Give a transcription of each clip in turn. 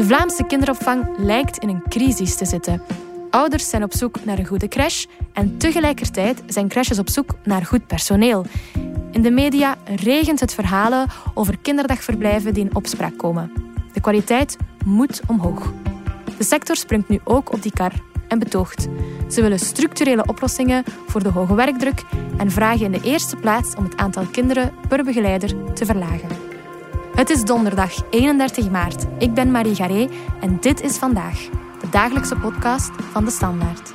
De Vlaamse kinderopvang lijkt in een crisis te zitten. Ouders zijn op zoek naar een goede crash en tegelijkertijd zijn crashes op zoek naar goed personeel. In de media regent het verhalen over kinderdagverblijven die in opspraak komen. De kwaliteit moet omhoog. De sector springt nu ook op die kar en betoogt. Ze willen structurele oplossingen voor de hoge werkdruk en vragen in de eerste plaats om het aantal kinderen per begeleider te verlagen. Het is donderdag 31 maart. Ik ben Marie Garé en dit is Vandaag, de dagelijkse podcast van De Standaard.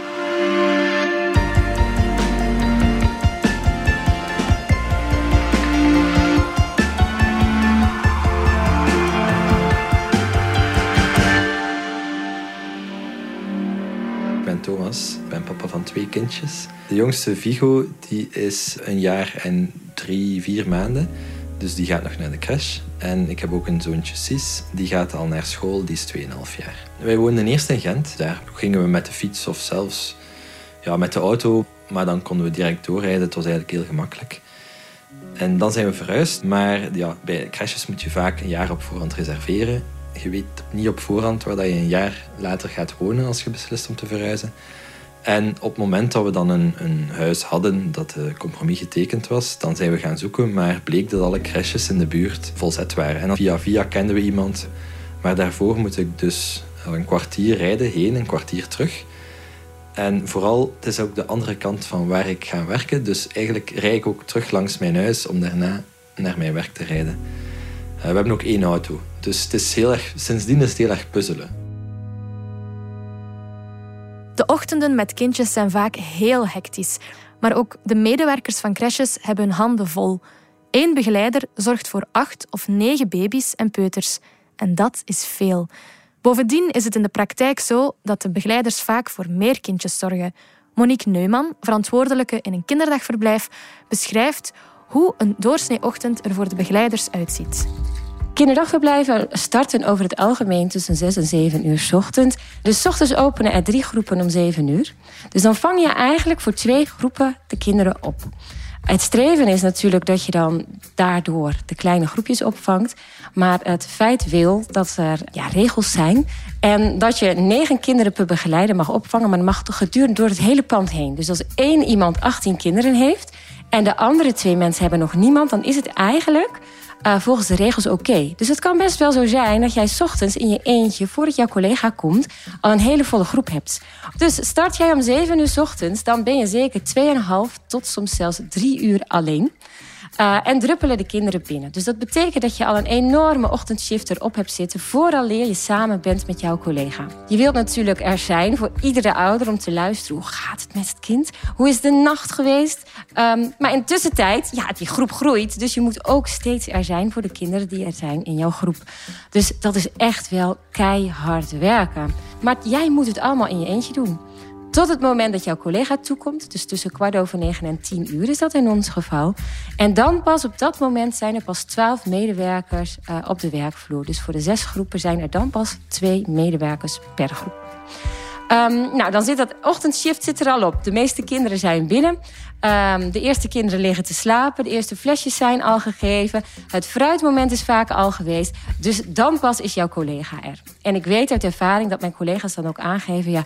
Ik ben Thomas, ik ben papa van 2 kindjes. De jongste Vigo die is 1 jaar en 3-4 maanden. Dus die gaat nog naar de crash. En ik heb ook een zoontje Sis, die gaat al naar school, die is 2,5 jaar. Wij woonden eerst in Gent. Daar gingen we met de fiets of zelfs met de auto. Maar dan konden we direct doorrijden, het was eigenlijk heel gemakkelijk. En dan zijn we verhuisd. Maar bij crashes moet je vaak 1 jaar op voorhand reserveren. Je weet niet op voorhand waar je 1 jaar later gaat wonen als je beslist om te verhuizen. En op het moment dat we dan een huis hadden dat compromis getekend was, dan zijn we gaan zoeken, maar bleek dat alle crashes in de buurt volzet waren. En via kenden we iemand, maar daarvoor moet ik dus 1 kwartier rijden, heen, 1 kwartier terug. En vooral, het is ook de andere kant van waar ik ga werken, dus eigenlijk rijd ik ook terug langs mijn huis om daarna naar mijn werk te rijden. We hebben ook 1 auto, dus het is sindsdien is het heel erg puzzelen. De ochtenden met kindjes zijn vaak heel hectisch. Maar ook de medewerkers van crashes hebben hun handen vol. 1 begeleider zorgt voor 8 of 9 baby's en peuters. En dat is veel. Bovendien is het in de praktijk zo dat de begeleiders vaak voor meer kindjes zorgen. Monique Neumann, verantwoordelijke in een kinderdagverblijf, beschrijft hoe een doorsneeochtend er voor de begeleiders uitziet. Kinderdagverblijven starten over het algemeen tussen 6 en 7 uur 's ochtends. Dus 's ochtends openen er 3 groepen om 7 uur. Dus dan vang je eigenlijk voor 2 groepen de kinderen op. Het streven is natuurlijk dat je dan daardoor de kleine groepjes opvangt. Maar het feit wil dat er regels zijn. En dat je 9 kinderen per begeleider mag opvangen. Maar dat mag toch gedurende door het hele pand heen. Dus als 1 iemand 18 kinderen heeft en de andere 2 mensen hebben nog niemand, dan is het eigenlijk volgens de regels oké. Dus het kan best wel zo zijn dat jij 's ochtends in je eentje, voordat jouw collega komt, al een hele volle groep hebt. Dus start jij om 7 uur 's ochtends, dan ben je zeker 2,5 tot soms zelfs 3 uur alleen. En druppelen de kinderen binnen. Dus dat betekent dat je al een enorme ochtendshift erop hebt zitten vooraleer je samen bent met jouw collega. Je wilt natuurlijk er zijn voor iedere ouder om te luisteren. Hoe gaat het met het kind? Hoe is de nacht geweest? Maar in de tussentijd, die groep groeit. Dus je moet ook steeds er zijn voor de kinderen die er zijn in jouw groep. Dus dat is echt wel keihard werken. Maar jij moet het allemaal in je eentje doen. Tot het moment dat jouw collega toekomt. Dus tussen 9:15 en 10 uur is dat in ons geval. En dan pas op dat moment zijn er pas 12 medewerkers op de werkvloer. Dus voor de 6 groepen zijn er dan pas 2 medewerkers per groep. Dan zit dat ochtendshift er al op. De meeste kinderen zijn binnen. De eerste kinderen liggen te slapen. De eerste flesjes zijn al gegeven. Het fruitmoment is vaak al geweest. Dus dan pas is jouw collega er. En ik weet uit ervaring dat mijn collega's dan ook aangeven,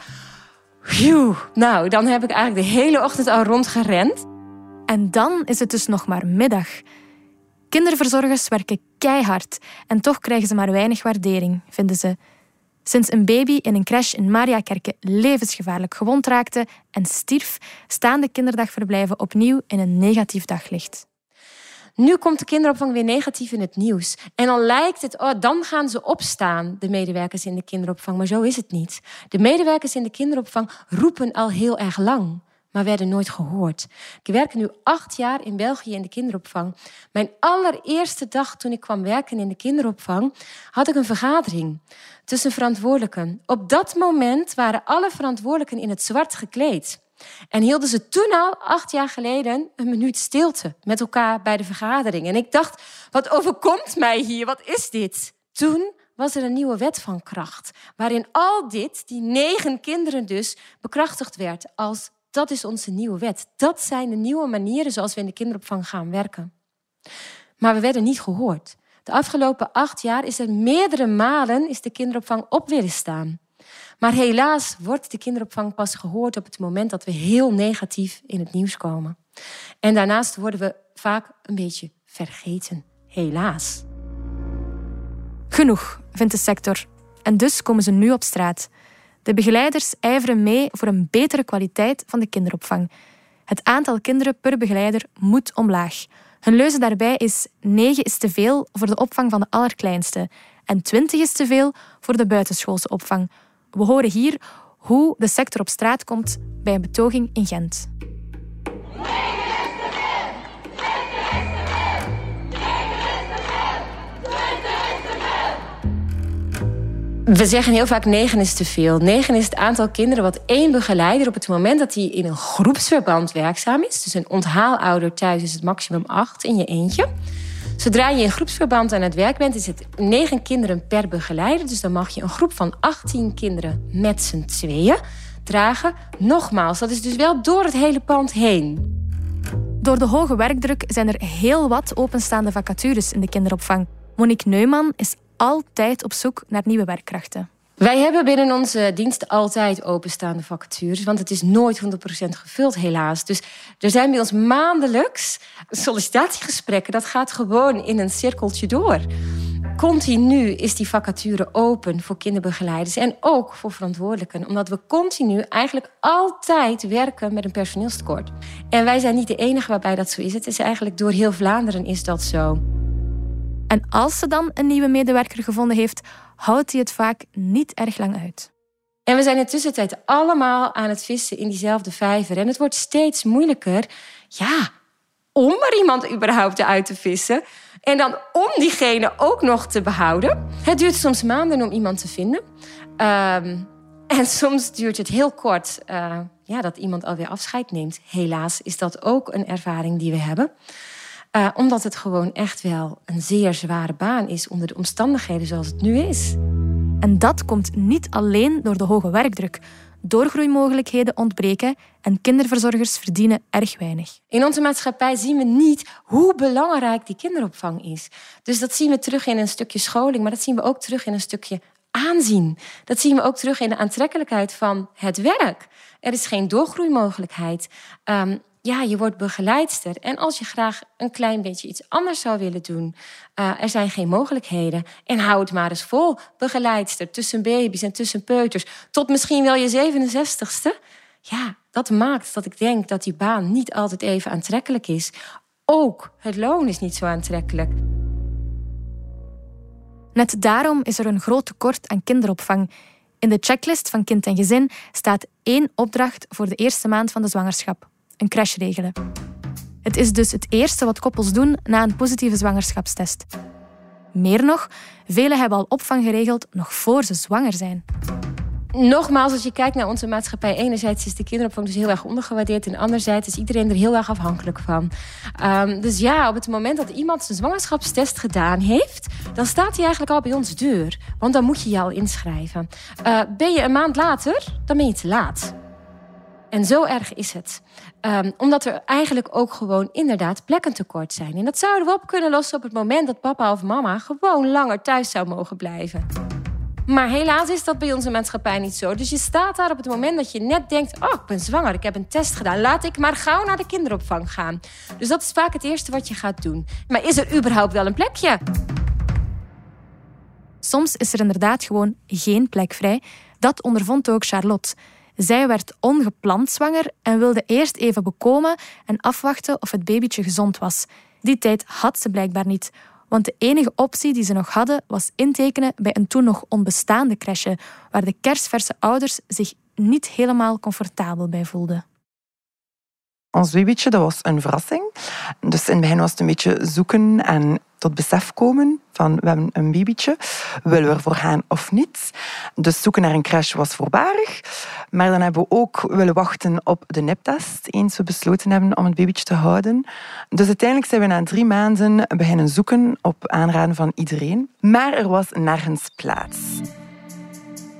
dan heb ik eigenlijk de hele ochtend al rondgerend. En dan is het dus nog maar middag. Kinderverzorgers werken keihard en toch krijgen ze maar weinig waardering, vinden ze. Sinds een baby in een crash in Mariakerke levensgevaarlijk gewond raakte en stierf, staan de kinderdagverblijven opnieuw in een negatief daglicht. Nu komt de kinderopvang weer negatief in het nieuws. En dan lijkt het, dan gaan ze opstaan, de medewerkers in de kinderopvang. Maar zo is het niet. De medewerkers in de kinderopvang roepen al heel erg lang, maar werden nooit gehoord. Ik werk nu 8 jaar in België in de kinderopvang. Mijn allereerste dag toen ik kwam werken in de kinderopvang, had ik een vergadering tussen verantwoordelijken. Op dat moment waren alle verantwoordelijken in het zwart gekleed. En hielden ze toen al, 8 jaar geleden, een minuut stilte met elkaar bij de vergadering. En ik dacht, wat overkomt mij hier? Wat is dit? Toen was er een nieuwe wet van kracht, waarin al dit, die 9 kinderen dus, bekrachtigd werd als dat is onze nieuwe wet. Dat zijn de nieuwe manieren zoals we in de kinderopvang gaan werken. Maar we werden niet gehoord. De afgelopen 8 jaar is er meerdere malen de kinderopvang op willen staan. Maar helaas wordt de kinderopvang pas gehoord op het moment dat we heel negatief in het nieuws komen. En daarnaast worden we vaak een beetje vergeten. Helaas. Genoeg, vindt de sector. En dus komen ze nu op straat. De begeleiders ijveren mee voor een betere kwaliteit van de kinderopvang. Het aantal kinderen per begeleider moet omlaag. Hun leuze daarbij is 9 is te veel voor de opvang van de allerkleinste en 20 is te veel voor de buitenschoolse opvang. We horen hier hoe de sector op straat komt bij een betoging in Gent. We zeggen heel vaak 9 is te veel. 9 is het aantal kinderen wat 1 begeleider op het moment dat hij in een groepsverband werkzaam is. Dus een onthaalouder thuis is het maximum 8 in je eentje. Zodra je in groepsverband aan het werk bent, is het 9 kinderen per begeleider. Dus dan mag je een groep van 18 kinderen met z'n tweeën dragen. Nogmaals, dat is dus wel door het hele pand heen. Door de hoge werkdruk zijn er heel wat openstaande vacatures in de kinderopvang. Monique Neumann is altijd op zoek naar nieuwe werkkrachten. Wij hebben binnen onze dienst altijd openstaande vacatures, want het is nooit 100% gevuld, helaas. Dus er zijn bij ons maandelijks sollicitatiegesprekken. Dat gaat gewoon in een cirkeltje door. Continu is die vacature open voor kinderbegeleiders en ook voor verantwoordelijken. Omdat we continu eigenlijk altijd werken met een personeelstekort. En wij zijn niet de enige waarbij dat zo is. Het is eigenlijk door heel Vlaanderen is dat zo. En als ze dan een nieuwe medewerker gevonden heeft, houdt hij het vaak niet erg lang uit. En we zijn in de tussentijd allemaal aan het vissen in diezelfde vijver. En het wordt steeds moeilijker, om er iemand überhaupt uit te vissen. En dan om diegene ook nog te behouden. Het duurt soms maanden om iemand te vinden. En soms duurt het heel kort dat iemand alweer afscheid neemt. Helaas is dat ook een ervaring die we hebben. Omdat het gewoon echt wel een zeer zware baan is onder de omstandigheden zoals het nu is. En dat komt niet alleen door de hoge werkdruk. Doorgroeimogelijkheden ontbreken en kinderverzorgers verdienen erg weinig. In onze maatschappij zien we niet hoe belangrijk die kinderopvang is. Dus dat zien we terug in een stukje scholing, maar dat zien we ook terug in een stukje aanzien. Dat zien we ook terug in de aantrekkelijkheid van het werk. Er is geen doorgroeimogelijkheid. Je wordt begeleidster. En als je graag een klein beetje iets anders zou willen doen, er zijn geen mogelijkheden. En hou het maar eens vol, begeleidster, tussen baby's en tussen peuters, tot misschien wel je 67ste. Ja, dat maakt dat ik denk dat die baan niet altijd even aantrekkelijk is. Ook het loon is niet zo aantrekkelijk. Net daarom is er een groot tekort aan kinderopvang. In de checklist van Kind en Gezin staat 1 opdracht voor de eerste maand van de zwangerschap. Een crash regelen. Het is dus het eerste wat koppels doen na een positieve zwangerschapstest. Meer nog, velen hebben al opvang geregeld nog voor ze zwanger zijn. Nogmaals, als je kijkt naar onze maatschappij, enerzijds is de kinderopvang dus heel erg ondergewaardeerd en anderzijds is iedereen er heel erg afhankelijk van. Dus op het moment dat iemand zijn zwangerschapstest gedaan heeft, dan staat hij eigenlijk al bij ons deur. Want dan moet je je al inschrijven. Ben je een maand later, dan ben je te laat. En zo erg is het. Omdat er eigenlijk ook gewoon inderdaad plekken tekort zijn. En dat zouden we op kunnen lossen op het moment dat papa of mama gewoon langer thuis zou mogen blijven. Maar helaas is dat bij onze maatschappij niet zo. Dus je staat daar op het moment dat je net denkt, ik ben zwanger, ik heb een test gedaan. Laat ik maar gauw naar de kinderopvang gaan. Dus dat is vaak het eerste wat je gaat doen. Maar is er überhaupt wel een plekje? Soms is er inderdaad gewoon geen plek vrij. Dat ondervond ook Charlotte. Zij werd ongepland zwanger en wilde eerst even bekomen en afwachten of het babytje gezond was. Die tijd had ze blijkbaar niet, want de enige optie die ze nog hadden was intekenen bij een toen nog onbestaande crèche, waar de kersverse ouders zich niet helemaal comfortabel bij voelden. Ons babytje, dat was een verrassing. Dus in het begin was het een beetje zoeken en tot besef komen van we hebben een babytje, willen we ervoor gaan of niet. Dus zoeken naar een crash was voorbarig. Maar dan hebben we ook willen wachten op de niptest, eens we besloten hebben om het babytje te houden. Dus uiteindelijk zijn we na 3 maanden beginnen zoeken op aanraden van iedereen. Maar er was nergens plaats.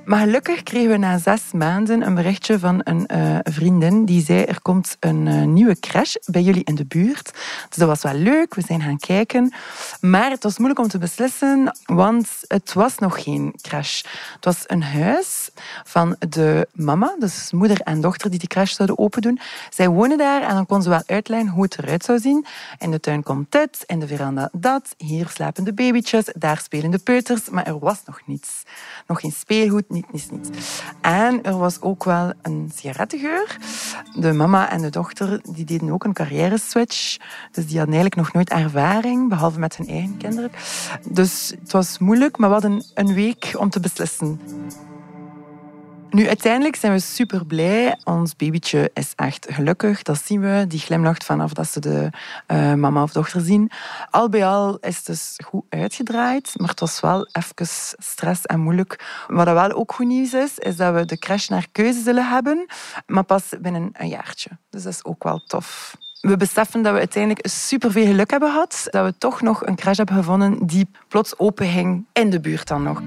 Maar gelukkig kregen we na 6 maanden een berichtje van een vriendin die zei, er komt een nieuwe crash bij jullie in de buurt. Dus dat was wel leuk, we zijn gaan kijken. Maar het was moeilijk om te beslissen, want het was nog geen crash. Het was een huis van de mama, dus moeder en dochter die crash zouden opendoen. Zij wonen daar en dan kon ze wel uitleggen hoe het eruit zou zien. In de tuin komt dit, in de veranda dat, hier slapen de babytjes, daar spelen de peuters, maar er was nog niets. Nog geen speelgoed, niets. En er was ook wel een sigarettengeur. De mama en de dochter die deden ook een carrière-switch. Dus die hadden eigenlijk nog nooit ervaring, behalve met hun eigen kinderen. Dus het was moeilijk, maar we hadden een week om te beslissen. Nu, uiteindelijk zijn we super blij. Ons babytje is echt gelukkig. Dat zien we. Die glimlacht vanaf dat ze de mama of dochter zien. Al bij al is het dus goed uitgedraaid. Maar het was wel even stress en moeilijk. Wat wel ook goed nieuws is dat we de crash naar keuze zullen hebben. Maar pas binnen een jaartje. Dus dat is ook wel tof. We beseffen dat we uiteindelijk superveel geluk hebben gehad. Dat we toch nog een crash hebben gevonden die plots open ging in de buurt dan nog.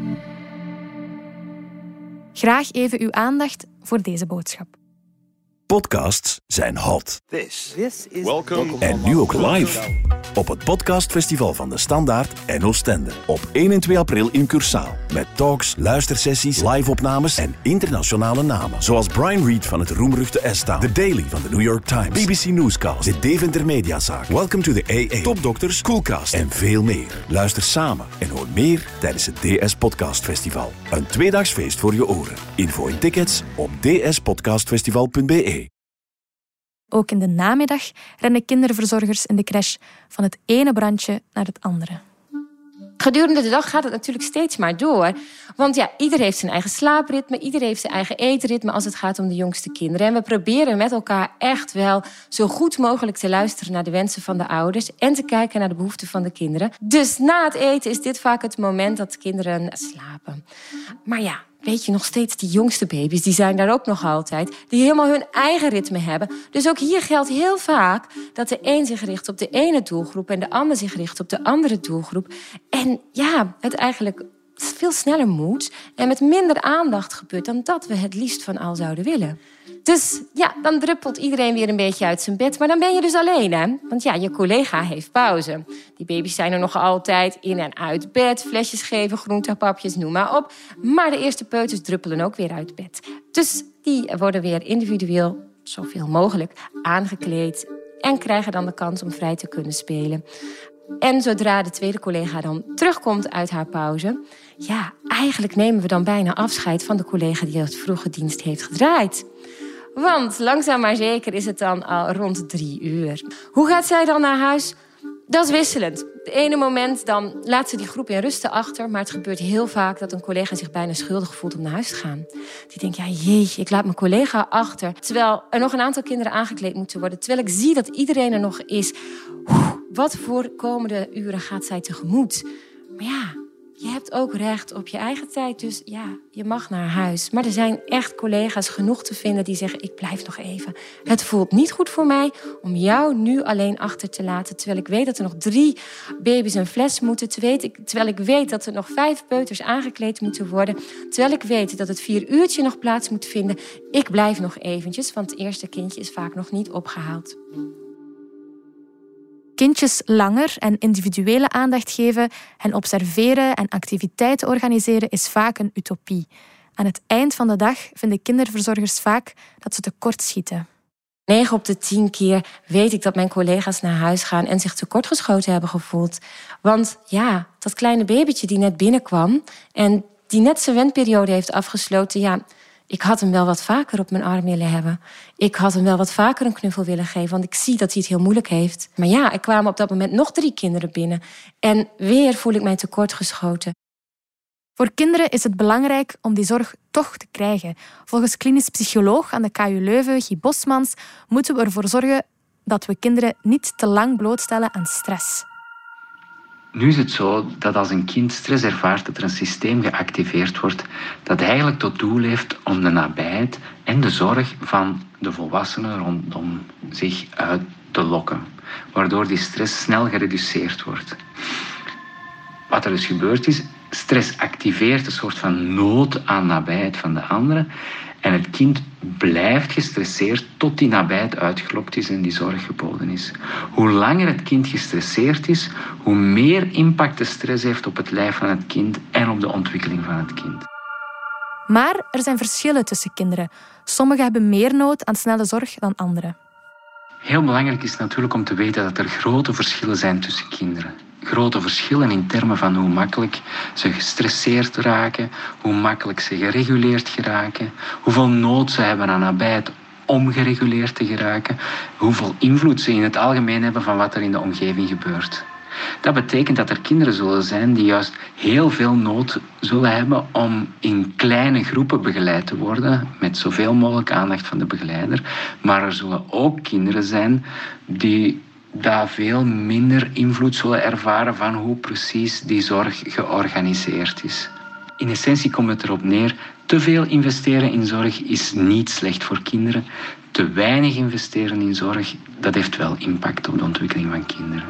Graag even uw aandacht voor deze boodschap. Podcasts zijn hot. This is welcome. En nu ook live op het podcastfestival van De Standaard en Oostende. Op 1 en 2 april in Curaçao. Met talks, luistersessies, live-opnames en internationale namen. Zoals Brian Reed van het roemruchte ESTA. The Daily van de New York Times. BBC Newscast. De Deventer Mediazaak. Welcome to the AA. Topdokters, Coolcast en veel meer. Luister samen en hoor meer tijdens het DS Podcast Festival. Een 2-dagsfeest voor je oren. Info en tickets op dspodcastfestival.be. Ook in de namiddag rennen kinderverzorgers in de crash van het ene brandje naar het andere. Gedurende de dag gaat het natuurlijk steeds maar door. Want ja, ieder heeft zijn eigen slaapritme, ieder heeft zijn eigen eetritme als het gaat om de jongste kinderen. En we proberen met elkaar echt wel zo goed mogelijk te luisteren naar de wensen van de ouders en te kijken naar de behoeften van de kinderen. Dus na het eten is dit vaak het moment dat de kinderen slapen. Maar ja, weet je, nog steeds die jongste baby's, die zijn daar ook nog altijd, die helemaal hun eigen ritme hebben. Dus ook hier geldt heel vaak dat de een zich richt op de ene doelgroep en de ander zich richt op de andere doelgroep. En ja, het eigenlijk veel sneller moet en met minder aandacht gebeurt dan dat we het liefst van al zouden willen. Dus ja, dan druppelt iedereen weer een beetje uit zijn bed. Maar dan ben je dus alleen, hè? Want ja, je collega heeft pauze. Die baby's zijn er nog altijd in en uit bed. Flesjes geven, groentepapjes, noem maar op. Maar de eerste peuters druppelen ook weer uit bed. Dus die worden weer individueel, zoveel mogelijk, aangekleed. En krijgen dan de kans om vrij te kunnen spelen. En zodra de tweede collega dan terugkomt uit haar pauze, ja, eigenlijk nemen we dan bijna afscheid van de collega die het vroege dienst heeft gedraaid. Want langzaam maar zeker is het dan al rond 3 uur. Hoe gaat zij dan naar huis? Dat is wisselend. Het ene moment dan laat ze die groep in rusten achter, maar het gebeurt heel vaak dat een collega zich bijna schuldig voelt om naar huis te gaan. Die denkt, ja jeetje, ik laat mijn collega achter, terwijl er nog een aantal kinderen aangekleed moeten worden, terwijl ik zie dat iedereen er nog is. Wat voor komende uren gaat zij tegemoet? Maar ja, je hebt ook recht op je eigen tijd, dus ja, je mag naar huis. Maar er zijn echt collega's genoeg te vinden die zeggen, ik blijf nog even. Het voelt niet goed voor mij om jou nu alleen achter te laten, terwijl ik weet dat er nog 3 baby's een fles moeten, terwijl ik weet dat er nog 5 peuters aangekleed moeten worden, terwijl ik weet dat het 4 uurtje nog plaats moet vinden. Ik blijf nog eventjes, want het eerste kindje is vaak nog niet opgehaald. Kindjes langer en individuele aandacht geven, hen observeren en activiteiten organiseren is vaak een utopie. Aan het eind van de dag vinden kinderverzorgers vaak dat ze tekortschieten. 9 op de 10 keer weet ik dat mijn collega's naar huis gaan en zich tekortgeschoten hebben gevoeld. Want ja, dat kleine babytje die net binnenkwam en die net zijn wendperiode heeft afgesloten, ja, ik had hem wel wat vaker op mijn arm willen hebben. Ik had hem wel wat vaker een knuffel willen geven, want ik zie dat hij het heel moeilijk heeft. Maar ja, er kwamen op dat moment nog 3 kinderen binnen. En weer voel ik mij tekortgeschoten. Voor kinderen is het belangrijk om die zorg toch te krijgen. Volgens klinisch psycholoog aan de KU Leuven, Guy Bosmans, moeten we ervoor zorgen dat we kinderen niet te lang blootstellen aan stress. Nu is het zo dat als een kind stress ervaart, dat er een systeem geactiveerd wordt dat eigenlijk tot doel heeft om de nabijheid en de zorg van de volwassenen rondom zich uit te lokken. Waardoor die stress snel gereduceerd wordt. Wat er dus gebeurd is, stress activeert een soort van nood aan nabijheid van de andere. En het kind blijft gestresseerd tot die nabijheid uitgelokt is en die zorg geboden is. Hoe langer het kind gestresseerd is, hoe meer impact de stress heeft op het lijf van het kind en op de ontwikkeling van het kind. Maar er zijn verschillen tussen kinderen. Sommigen hebben meer nood aan snelle zorg dan anderen. Heel belangrijk is natuurlijk om te weten dat er grote verschillen zijn tussen kinderen. Grote verschillen in termen van hoe makkelijk ze gestresseerd raken, hoe makkelijk ze gereguleerd geraken, hoeveel nood ze hebben aan nabijheid om gereguleerd te geraken, hoeveel invloed ze in het algemeen hebben van wat er in de omgeving gebeurt. Dat betekent dat er kinderen zullen zijn die juist heel veel nood zullen hebben om in kleine groepen begeleid te worden, met zoveel mogelijk aandacht van de begeleider. Maar er zullen ook kinderen zijn die daar veel minder invloed zullen ervaren van hoe precies die zorg georganiseerd is. In essentie komt het erop neer, te veel investeren in zorg is niet slecht voor kinderen. Te weinig investeren in zorg, dat heeft wel impact op de ontwikkeling van kinderen.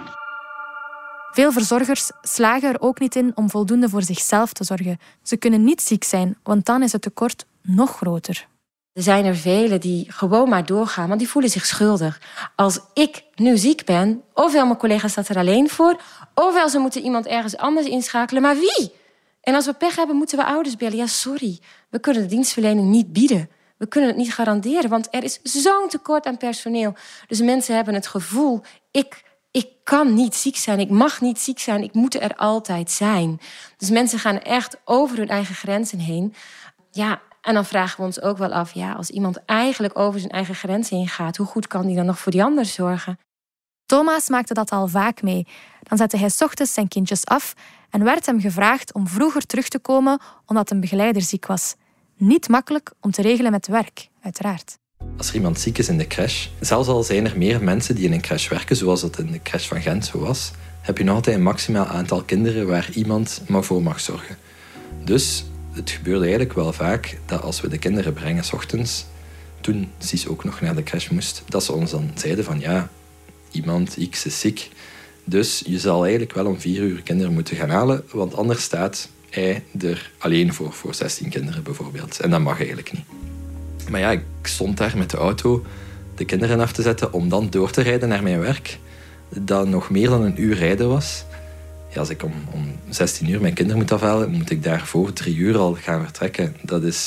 Veel verzorgers slagen er ook niet in om voldoende voor zichzelf te zorgen. Ze kunnen niet ziek zijn, want dan is het tekort nog groter. Er zijn er velen die gewoon maar doorgaan, want die voelen zich schuldig. Als ik nu ziek ben, ofwel mijn collega staat er alleen voor, ofwel ze moeten iemand ergens anders inschakelen, maar wie? En als we pech hebben, moeten we ouders bellen. Ja, sorry, we kunnen de dienstverlening niet bieden. We kunnen het niet garanderen, want er is zo'n tekort aan personeel. Dus mensen hebben het gevoel, ik kan niet ziek zijn, ik mag niet ziek zijn, ik moet er altijd zijn. Dus mensen gaan echt over hun eigen grenzen heen. Ja, en dan vragen we ons ook wel af, ja, als iemand eigenlijk over zijn eigen grenzen heen gaat, hoe goed kan die dan nog voor die ander zorgen? Thomas maakte dat al vaak mee. Dan zette hij 's ochtends zijn kindjes af en werd hem gevraagd om vroeger terug te komen omdat een begeleider ziek was. Niet makkelijk om te regelen met werk, uiteraard. Als er iemand ziek is in de crash, zelfs al zijn er meer mensen die in een crash werken, zoals dat in de crash van Gent zo was, heb je nog altijd een maximaal aantal kinderen waar iemand voor mag zorgen. Dus het gebeurde eigenlijk wel vaak dat als we de kinderen brengen 's ochtends, toen Cies ook nog naar de crash moest, dat ze ons dan zeiden van ja, iemand X is ziek. Dus je zal eigenlijk wel om 4 uur kinderen moeten gaan halen, want anders staat hij er alleen voor 16 kinderen bijvoorbeeld. En dat mag eigenlijk niet. Maar ja, ik stond daar met de auto de kinderen af te zetten om dan door te rijden naar mijn werk, dat nog meer dan een uur rijden was. Ja, als ik om 16 uur mijn kinderen moet afhalen, moet ik daar voor 3 uur al gaan vertrekken.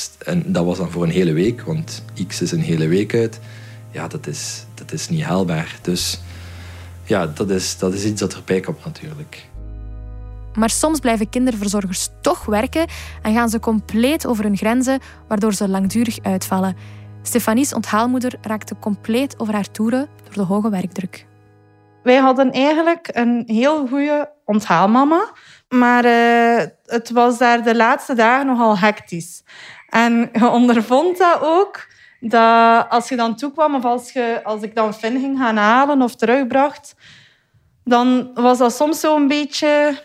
En dat was dan voor een hele week, want X is een hele week uit. Ja, dat is niet haalbaar. Dus ja, dat is iets dat erbij komt natuurlijk. Maar soms blijven kinderverzorgers toch werken en gaan ze compleet over hun grenzen, waardoor ze langdurig uitvallen. Stefanies onthaalmoeder raakte compleet over haar toeren door de hoge werkdruk. Wij hadden eigenlijk een heel goede onthaalmama, maar het was daar de laatste dagen nogal hectisch. En je ondervond dat ook, dat als je dan toekwam of als ik dan Finn ging gaan halen of terugbracht, dan was dat soms zo'n beetje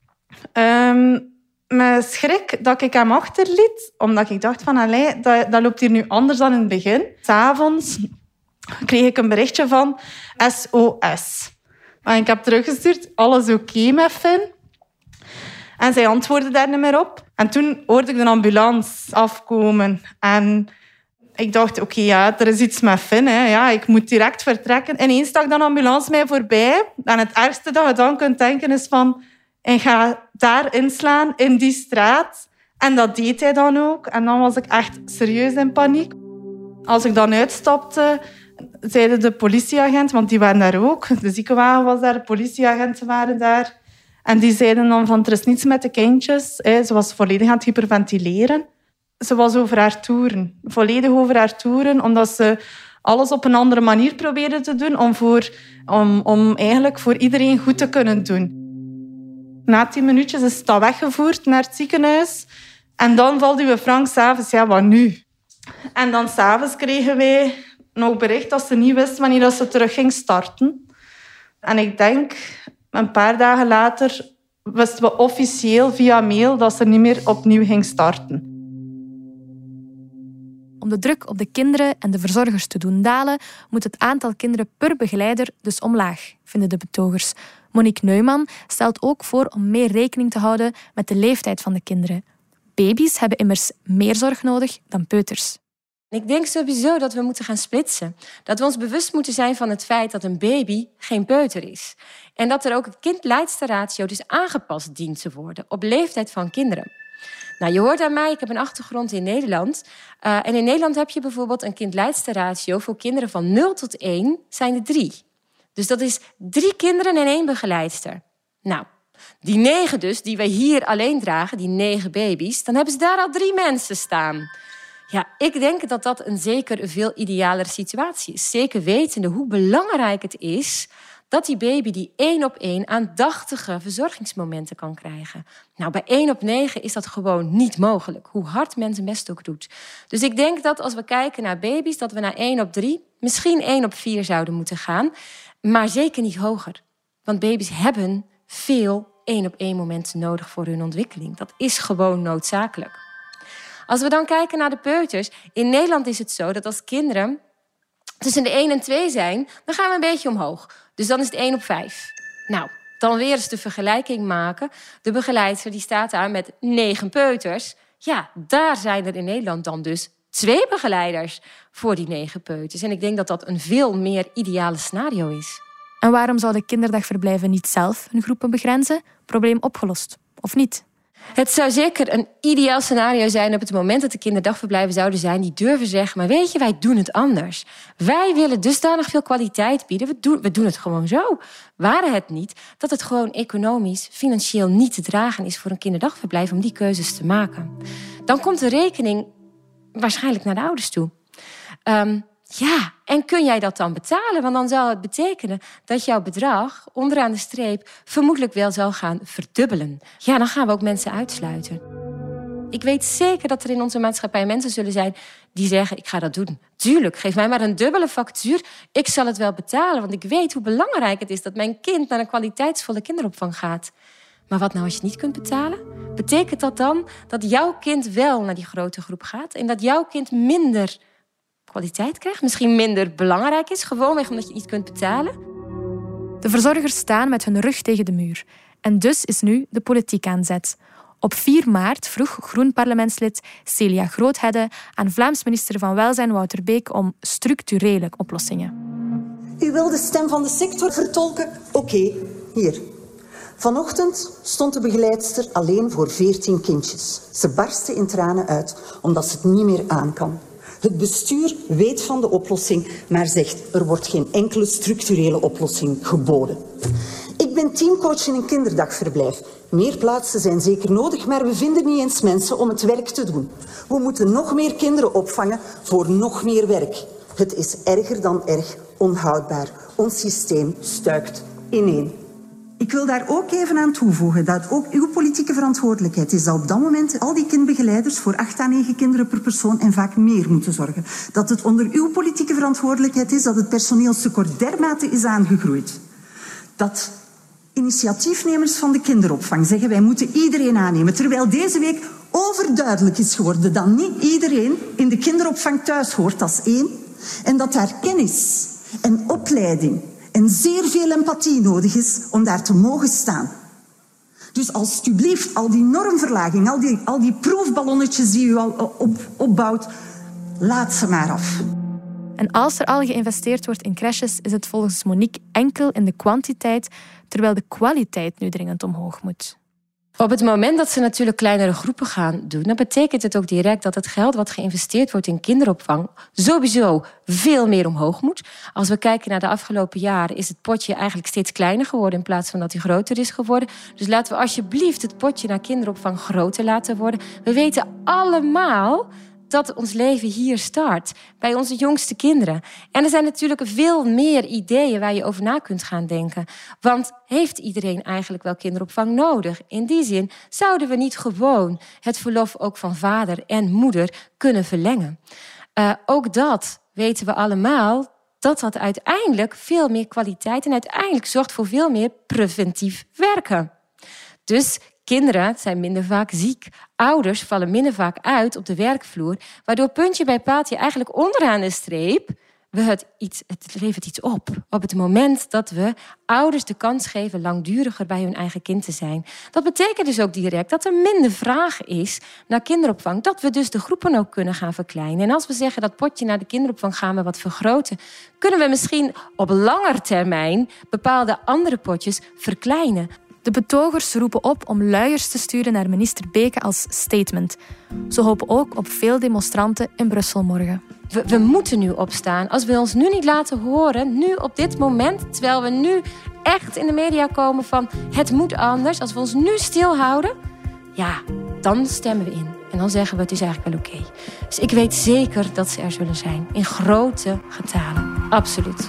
met schrik dat ik hem achterliet, omdat ik dacht van, dat loopt hier nu anders dan in het begin. 's Avonds kreeg ik een berichtje van SOS. En ik heb teruggestuurd, alles oké met Finn? En zij antwoordde daar niet meer op. En toen hoorde ik de ambulance afkomen. En ik dacht, oké, er is iets met Finn. Hè. Ja, ik moet direct vertrekken. Ineens stak de ambulance mij voorbij. En het ergste dat je dan kunt denken is van, ik ga daar inslaan, in die straat. En dat deed hij dan ook. En dan was ik echt serieus in paniek. Als ik dan uitstapte, zeiden de politieagenten, want die waren daar ook. De ziekenwagen was daar, de politieagenten waren daar. En die zeiden dan van, er is niets met de kindjes. Ze was volledig aan het hyperventileren. Ze was over haar toeren. Volledig over haar toeren, omdat ze alles op een andere manier probeerde te doen om eigenlijk voor iedereen goed te kunnen doen. Na 10 minuutjes is ze weggevoerd naar het ziekenhuis. En dan valde we Frank 's avonds, ja, wat nu? En dan 's avonds kregen wij nog bericht dat ze niet wist wanneer ze terug ging starten. En ik denk, een paar dagen later wisten we officieel via mail dat ze niet meer opnieuw ging starten. Om de druk op de kinderen en de verzorgers te doen dalen, moet het aantal kinderen per begeleider dus omlaag, vinden de betogers. Monique Neumann stelt ook voor om meer rekening te houden met de leeftijd van de kinderen. Baby's hebben immers meer zorg nodig dan peuters. Ik denk sowieso dat we moeten gaan splitsen. Dat we ons bewust moeten zijn van het feit dat een baby geen peuter is. En dat er ook een kind-leidster-ratio dus aangepast dient te worden op leeftijd van kinderen. Nou, je hoort aan mij, ik heb een achtergrond in Nederland. En in Nederland heb je bijvoorbeeld een kind-leidster-ratio voor kinderen van 0 tot 1 zijn er 3. Dus dat is 3 kinderen en 1 begeleidster. Nou, die 9 dus, die wij hier alleen dragen, die 9 baby's, dan hebben ze daar al 3 mensen staan. Ja, ik denk dat dat een zeker veel idealere situatie is. Zeker wetende hoe belangrijk het is dat die baby die 1 op 1 aandachtige verzorgingsmomenten kan krijgen. Nou, bij 1 op 9 is dat gewoon niet mogelijk, hoe hard men zijn best ook doet. Dus ik denk dat als we kijken naar baby's, dat we naar 1 op 3, misschien 1 op 4 zouden moeten gaan, maar zeker niet hoger. Want baby's hebben veel 1 op 1 momenten nodig voor hun ontwikkeling. Dat is gewoon noodzakelijk. Als we dan kijken naar de peuters, in Nederland is het zo dat als kinderen tussen de 1 en 2 zijn, dan gaan we een beetje omhoog. Dus dan is het 1 op 5. Nou, dan weer eens de vergelijking maken. De begeleidster die staat daar met 9 peuters. Ja, daar zijn er in Nederland dan dus 2 begeleiders voor die 9 peuters. En ik denk dat dat een veel meer ideale scenario is. En waarom zouden kinderdagverblijven niet zelf hun groepen begrenzen? Probleem opgelost, of niet? Het zou zeker een ideaal scenario zijn op het moment dat de kinderdagverblijven zouden zijn die durven zeggen, maar weet je, wij doen het anders. Wij willen dusdanig veel kwaliteit bieden. We doen het gewoon zo. Waren het niet dat het gewoon economisch, financieel niet te dragen is voor een kinderdagverblijf om die keuzes te maken. Dan komt de rekening waarschijnlijk naar de ouders toe. Ja, en kun jij dat dan betalen? Want dan zal het betekenen dat jouw bedrag onderaan de streep vermoedelijk wel zal gaan verdubbelen. Ja, dan gaan we ook mensen uitsluiten. Ik weet zeker dat er in onze maatschappij mensen zullen zijn die zeggen, ik ga dat doen. Tuurlijk, geef mij maar een dubbele factuur. Ik zal het wel betalen, want ik weet hoe belangrijk het is dat mijn kind naar een kwaliteitsvolle kinderopvang gaat. Maar wat nou als je het niet kunt betalen? Betekent dat dan dat jouw kind wel naar die grote groep gaat en dat jouw kind minder kwaliteit krijgt, misschien minder belangrijk is, gewoonweg omdat je het niet kunt betalen? De verzorgers staan met hun rug tegen de muur. En dus is nu de politiek aan zet. Op 4 maart vroeg Groen-parlementslid Celia Groothedde aan Vlaams minister van Welzijn Wouter Beek om structurele oplossingen. U wil de stem van de sector vertolken? Oké, hier. Vanochtend stond de begeleidster alleen voor 14 kindjes. Ze barstte in tranen uit omdat ze het niet meer aan kan. Het bestuur weet van de oplossing, maar zegt er wordt geen enkele structurele oplossing geboden. Ik ben teamcoach in een kinderdagverblijf. Meer plaatsen zijn zeker nodig, maar we vinden niet eens mensen om het werk te doen. We moeten nog meer kinderen opvangen voor nog meer werk. Het is erger dan erg onhoudbaar. Ons systeem stuikt ineen. Ik wil daar ook even aan toevoegen dat ook uw politieke verantwoordelijkheid is dat op dat moment al die kindbegeleiders voor 8 à 9 kinderen per persoon en vaak meer moeten zorgen. Dat het onder uw politieke verantwoordelijkheid is dat het personeelstekort dermate is aangegroeid. Dat initiatiefnemers van de kinderopvang zeggen wij moeten iedereen aannemen, terwijl deze week overduidelijk is geworden dat niet iedereen in de kinderopvang thuis hoort als 1 en dat daar kennis en opleiding en zeer veel empathie nodig is om daar te mogen staan. Dus alstublieft, al die normverlaging, al die proefballonnetjes die u al opbouwt, laat ze maar af. En als er al geïnvesteerd wordt in crèches, is het volgens Monique enkel in de kwantiteit, terwijl de kwaliteit nu dringend omhoog moet. Op het moment dat ze natuurlijk kleinere groepen gaan doen, dan betekent het ook direct dat het geld wat geïnvesteerd wordt in kinderopvang sowieso veel meer omhoog moet. Als we kijken naar de afgelopen jaren is het potje eigenlijk steeds kleiner geworden in plaats van dat hij groter is geworden. Dus laten we alsjeblieft het potje naar kinderopvang groter laten worden. We weten allemaal dat ons leven hier start, bij onze jongste kinderen. En er zijn natuurlijk veel meer ideeën waar je over na kunt gaan denken. Want heeft iedereen eigenlijk wel kinderopvang nodig? In die zin zouden we niet gewoon het verlof ook van vader en moeder kunnen verlengen. Ook dat weten we allemaal, dat uiteindelijk veel meer kwaliteit en uiteindelijk zorgt voor veel meer preventief werken. Dus kinderen zijn minder vaak ziek. Ouders vallen minder vaak uit op de werkvloer, waardoor puntje bij paaltje eigenlijk onderaan de streep het levert iets op. Op het moment dat we ouders de kans geven langduriger bij hun eigen kind te zijn. Dat betekent dus ook direct dat er minder vraag is naar kinderopvang. Dat we dus de groepen ook kunnen gaan verkleinen. En als we zeggen dat potje naar de kinderopvang gaan we wat vergroten, kunnen we misschien op langer termijn bepaalde andere potjes verkleinen. De betogers roepen op om luiers te sturen naar minister Beke als statement. Ze hopen ook op veel demonstranten in Brussel morgen. We moeten nu opstaan. Als we ons nu niet laten horen, nu op dit moment, terwijl we nu echt in de media komen van het moet anders. Als we ons nu stilhouden, ja, dan stemmen we in. En dan zeggen we het is eigenlijk wel oké. Dus ik weet zeker dat ze er zullen zijn. In grote getalen. Absoluut.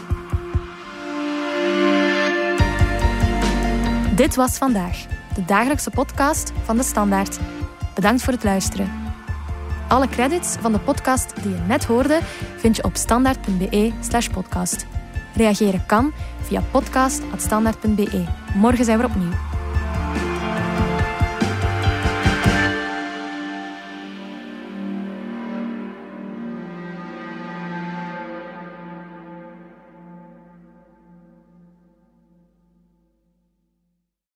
Dit was Vandaag, de dagelijkse podcast van De Standaard. Bedankt voor het luisteren. Alle credits van de podcast die je net hoorde vind je op standaard.be/podcast. Reageren kan via podcast@standaard.be. Morgen zijn we opnieuw.